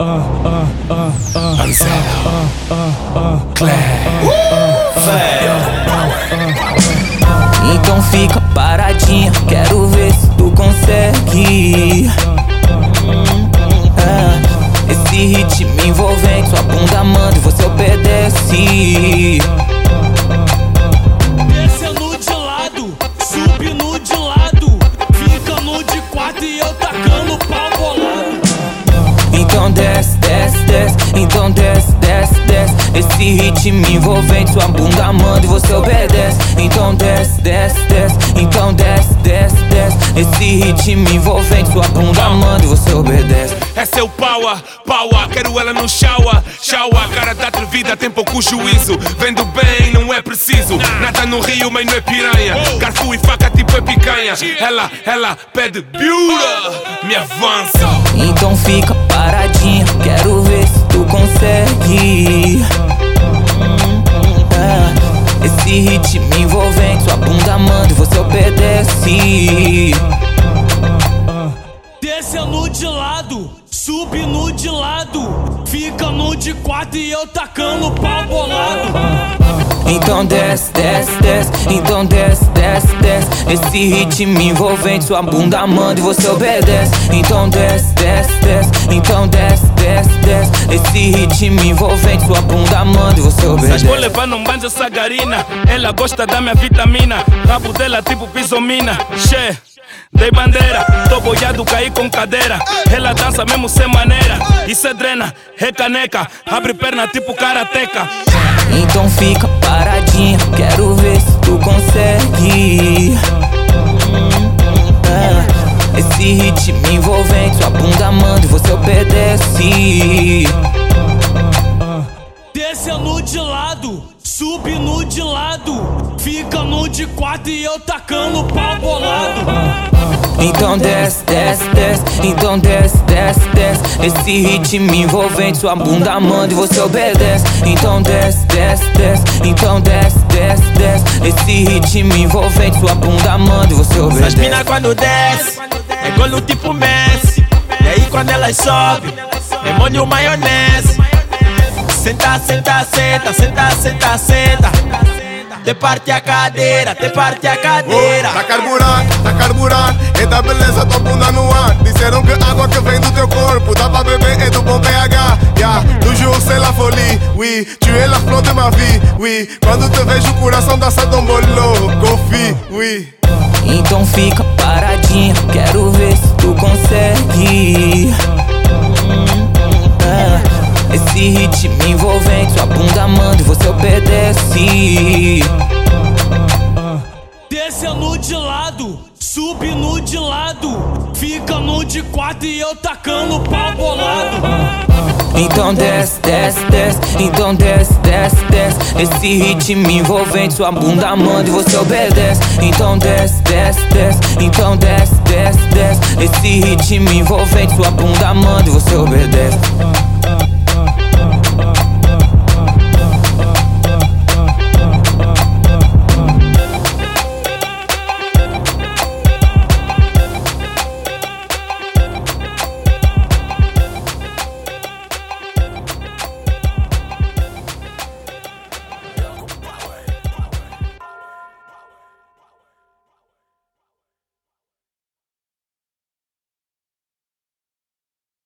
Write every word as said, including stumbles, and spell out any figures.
Então fica paradinha, quero ver se tu consegue. é, Esse ritmo envolvente, sua bunda manda e você obedece. Desce no de lado, sube no de lado, fica no de quatro e eu tacando pau bolado. Então desce, desce, desce, então desce, desce, desce. Esse ritmo envolvente, sua bunda manda e você obedece. Então desce, desce, desce, então desce, desce, desce. Esse ritmo envolvente, sua bunda manda e você obedece. É seu power, power, quero ela no shower. Shower, cara da atrevida, tem pouco juízo. Vendo bem, não é preciso. Nada no rio, mas não é piranha. Garfo e faca tipo é picanha. Ela, ela pede beauty, me avança. Então fica paradinha, quero ver se tu consegue. é, Esse ritmo envolvente, sua bunda manda e você obedece. Desce no de lado, sube no de lado, fica no de quatro e eu tacando pau bolado. Então desce, desce, desce, então desce, desce, desce. Esse ritmo envolvente, sua bunda manda e você obedece. Então desce, desce, desce, então desce, desce, desce. Esse ritmo envolvente, sua bunda manda e você obedece. Vou levar num banjo sagarina, ela gosta da minha vitamina. Rabo dela tipo pisomina, che. Dei bandeira, tô boiado, caí com cadeira. Ela dança mesmo sem maneira. Isso é drena, é caneca. Abre perna tipo karateca. Então fica paradinha, quero ver se tu consegue. é, Esse ritmo envolvente, sua bunda manda e você obedece. Desce no de lado, sube no de lado, fica no de quatro e eu tacando pau bolado. Então desce, desce, desce, então desce, desce, desce. Esse ritmo envolvente, sua bunda manda e você obedece. Então desce, desce, desce, então desce, desce, desce. Esse ritmo envolvente, sua bunda manda e você obedece. As mina quando desce, é golo tipo Messi. E aí quando elas sobe, é molho maionese. Senta, senta, senta, senta, senta, senta. Te parte a cadeira, te parte a cadeira. Oh, tá carburando, tá carburando. É da beleza, tua bunda no ar. Disseram que a água que vem do teu corpo dá pra beber, é do bom pH. Yeah, toujours c'est la folie, oui. Tu es la flor de ma vie, oui. Quando te vejo o coração dança dombolô, confie, oui. Então fica paradinha, quero ver se tu consegue. é, Esse ritmo envolvente, sua bunda manda e você obedece. Desce no de lado, sube no de lado, fica no de quatro e eu tacando pau bolado. Então desce, desce, desce, então desce, desce, desce. Esse ritmo envolvente, sua bunda manda e você obedece. Então desce, desce, desce, então desce, desce, desce. Esse ritmo envolvente, sua bunda manda e você obedece.